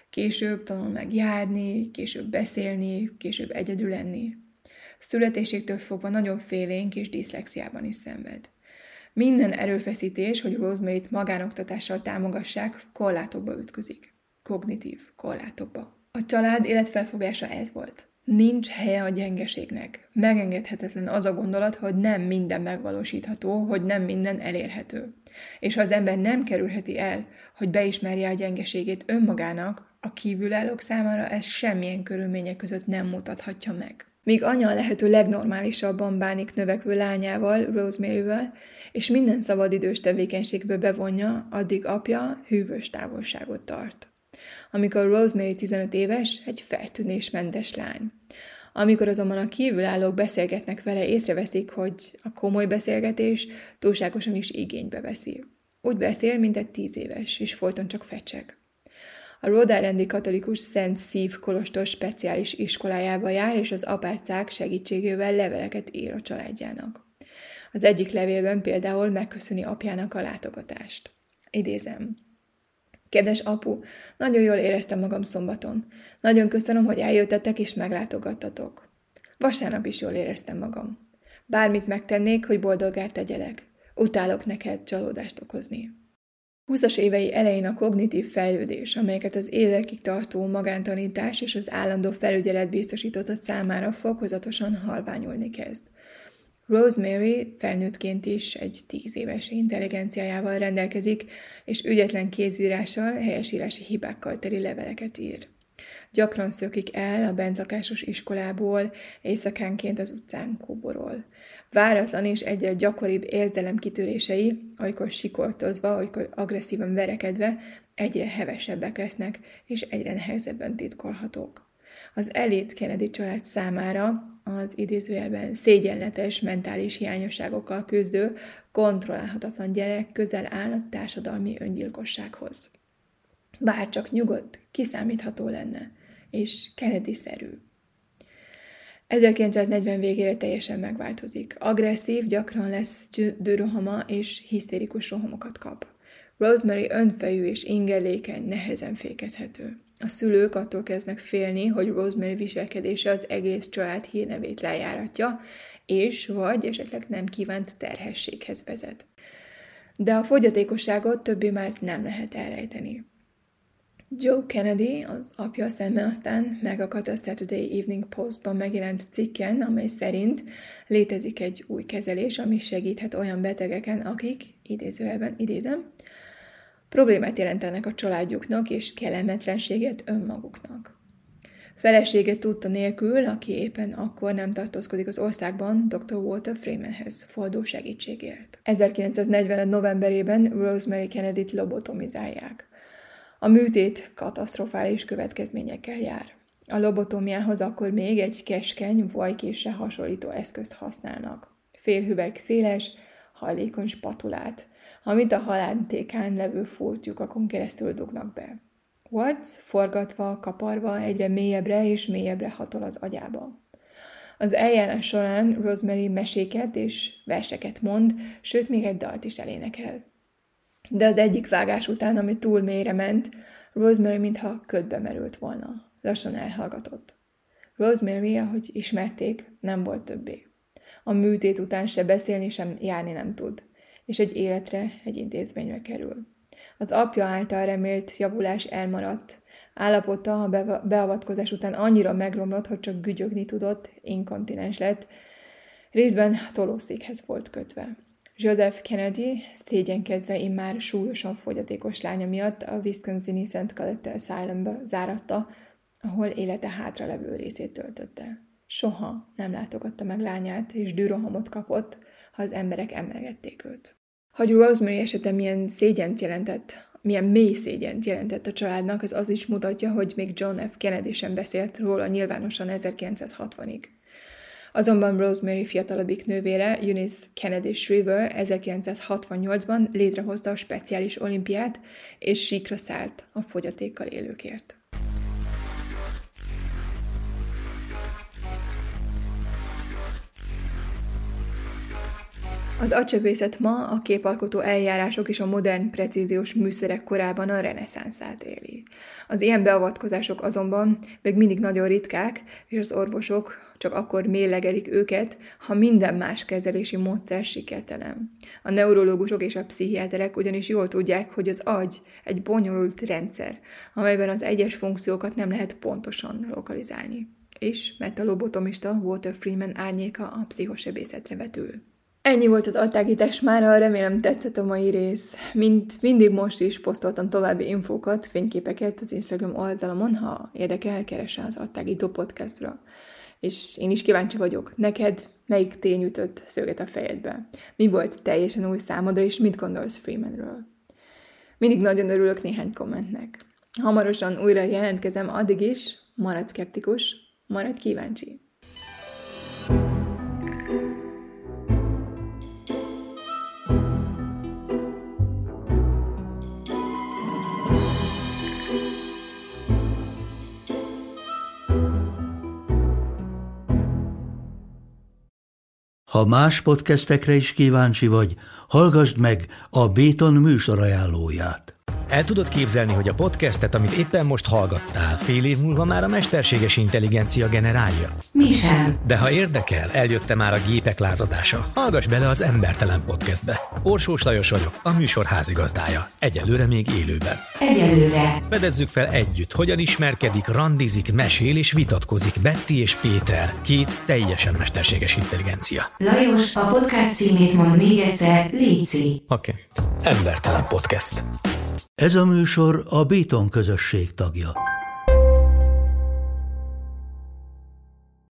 Később tanul meg járni, később beszélni, később egyedül lenni. Születésétől fogva nagyon félénk és diszlexiában is szenved. Minden erőfeszítés, hogy Rosemaryt magánoktatással támogassák, korlátokba ütközik. Kognitív korlátokba. A család életfelfogása ez volt. Nincs helye a gyengeségnek. Megengedhetetlen az a gondolat, hogy nem minden megvalósítható, hogy nem minden elérhető. És ha az ember nem kerülheti el, hogy beismerje a gyengeségét önmagának, a kívülállók számára ez semmilyen körülmények között nem mutathatja meg. Míg anya a lehető legnormálisabban bánik növekvő lányával, Rosemaryvel, és minden szabadidős tevékenységbe bevonja, addig apja hűvös távolságot tart. Amikor Rosemary tizenöt éves, egy fertűnésmentes lány. Amikor azonban a kívülállók beszélgetnek vele, észreveszik, hogy a komoly beszélgetés túlságosan is igénybe veszi. Úgy beszél, mint egy tíz éves, és folyton csak fecseg. A Rhode Islandi katolikus Szent Szív kolostor speciális iskolájába jár, és az apácák segítségével leveleket ír a családjának. Az egyik levélben például megköszöni apjának a látogatást. Idézem. Kedves apu, nagyon jól éreztem magam szombaton. Nagyon köszönöm, hogy eljöttetek és meglátogattatok. Vasárnap is jól éreztem magam. Bármit megtennék, hogy boldoggá tegyelek. Utálok neked csalódást okozni. húszas évei elején a kognitív fejlődés, amelyeket az évekig tartó magántanítás és az állandó felügyelet biztosított számára fokozatosan halványulni kezd. Rosemary felnőttként is egy tíz éves intelligenciájával rendelkezik, és ügyetlen kézírással, helyesírási hibákkal teli leveleket ír. Gyakran szökik el a bentlakásos iskolából, éjszakánként az utcán kóborol. Váratlan és egyre gyakoribb érzelemkitörései, olykor sikoltozva, olykor agresszívan verekedve, egyre hevesebbek lesznek, és egyre nehezebben titkolhatók. Az elit Kennedy család számára az idézőjelben szégyenletes mentális hiányosságokkal küzdő, kontrollálhatatlan gyerek közel áll a társadalmi öngyilkossághoz. Bár csak nyugodt, kiszámítható lenne, és Kennedy-szerű. ezerkilencszáznegyven végére teljesen megváltozik. Agresszív, gyakran lesz dürohama és hisztérikus rohamokat kap. Rosemary önfejű és ingerlékeny, nehezen fékezhető. A szülők attól kezdnek félni, hogy Rosemary viselkedése az egész család hírnevét lejáratja, és vagy esetleg nem kívánt terhességhez vezet. De a fogyatékosságot többé már nem lehet elrejteni. Joe Kennedy, az apja szeme aztán megakadt a Saturday Evening Postban megjelent cikken, amely szerint létezik egy új kezelés, ami segíthet olyan betegeken, akik, idézőjelben idézem, problémát jelentenek a családjuknak és kellemetlenséget önmaguknak. Felesége tudta nélkül, aki éppen akkor nem tartózkodik az országban, doktor Walter Freemanhez fordul segítségért. ezerkilencszáznegyven novemberében Rosemary Kennedyt lobotomizálják. A műtét katasztrofális következményekkel jár. A lobotómiához akkor még egy keskeny, vajkésre hasonlító eszközt használnak. Félhüveg széles, hajlékony spatulát, amit a halántékán levő furtlyukakon keresztül dugnak be. Watts forgatva, kaparva egyre mélyebbre és mélyebbre hatol az agyába. Az eljárás során Rosemary meséket és verseket mond, sőt még egy dalt is elénekel. De az egyik vágás után, ami túl mélyre ment, Rosemary mintha ködbe merült volna. Lassan elhallgatott. Rosemary, ahogy ismerték, nem volt többé. A műtét után se beszélni, sem járni nem tud, és egy életre, egy intézménybe kerül. Az apja által remélt javulás elmaradt. Állapota a beavatkozás után annyira megromlott, hogy csak gügyögni tudott, inkontinens lett, részben tolószékhez volt kötve. Joseph Kennedy szégyenkezve immár súlyosan fogyatékos lánya miatt a Wisconsini Saint Colette Asylumba záratta, ahol élete hátralevő részét töltötte. Soha nem látogatta meg lányát, és dürohamot kapott, ha az emberek emlegették őt. Hogy Rosemary esete milyen szégyent jelentett, milyen mély szégyent jelentett a családnak, az az is mutatja, hogy még John F. Kennedy sem beszélt róla nyilvánosan ezerkilencszázhatvanig. Azonban Rosemary fiatalabbik nővére, Eunice Kennedy Shriver ezerkilencszázhatvannyolcban létrehozta a speciális olimpiát, és síkra szállt a fogyatékkal élőkért. Az agycsebészet ma a képalkotó eljárások és a modern precíziós műszerek korában a reneszánszát éli. Az ilyen beavatkozások azonban még mindig nagyon ritkák, és az orvosok csak akkor mérlegelik őket, ha minden más kezelési módszer sikertelen. A neurológusok és a pszichiáterek ugyanis jól tudják, hogy az agy egy bonyolult rendszer, amelyben az egyes funkciókat nem lehet pontosan lokalizálni. És mert a lobotomista Walter Freeman árnyéka a pszichosebészetre vetül. Ennyi volt az agytágítás mára, remélem tetszett a mai rész. Mint mindig most is posztoltam további infókat, fényképeket az Instagram oldalamon, ha érdekel, keresse az Agytágító podcastra. És én is kíváncsi vagyok, neked melyik tény ütött szöget a fejedbe? Mi volt teljesen új számodra, és mit gondolsz Freemanről? Mindig nagyon örülök néhány kommentnek. Hamarosan újra jelentkezem, addig is maradj szkeptikus, maradj kíváncsi. Ha más podcastekre is kíváncsi vagy, hallgassd meg a Béton műsor ajánlóját. El tudod képzelni, hogy a podcastet, amit éppen most hallgattál, fél év múlva már a mesterséges intelligencia generálja? Mi sem. De ha érdekel, eljött már a gépek lázadása. Hallgass bele az Embertelen podcastbe. Orsós Lajos vagyok, a műsor házigazdája. Egyelőre még élőben. Egyelőre. Fedezzük fel együtt, hogyan ismerkedik, randizik, mesél és vitatkozik Betty és Péter, két teljesen mesterséges intelligencia. Lajos, a podcast címét mond még egyszer, léci. Oké. Okay. Embertelen podcast. Ez a műsor a Béton közösség tagja.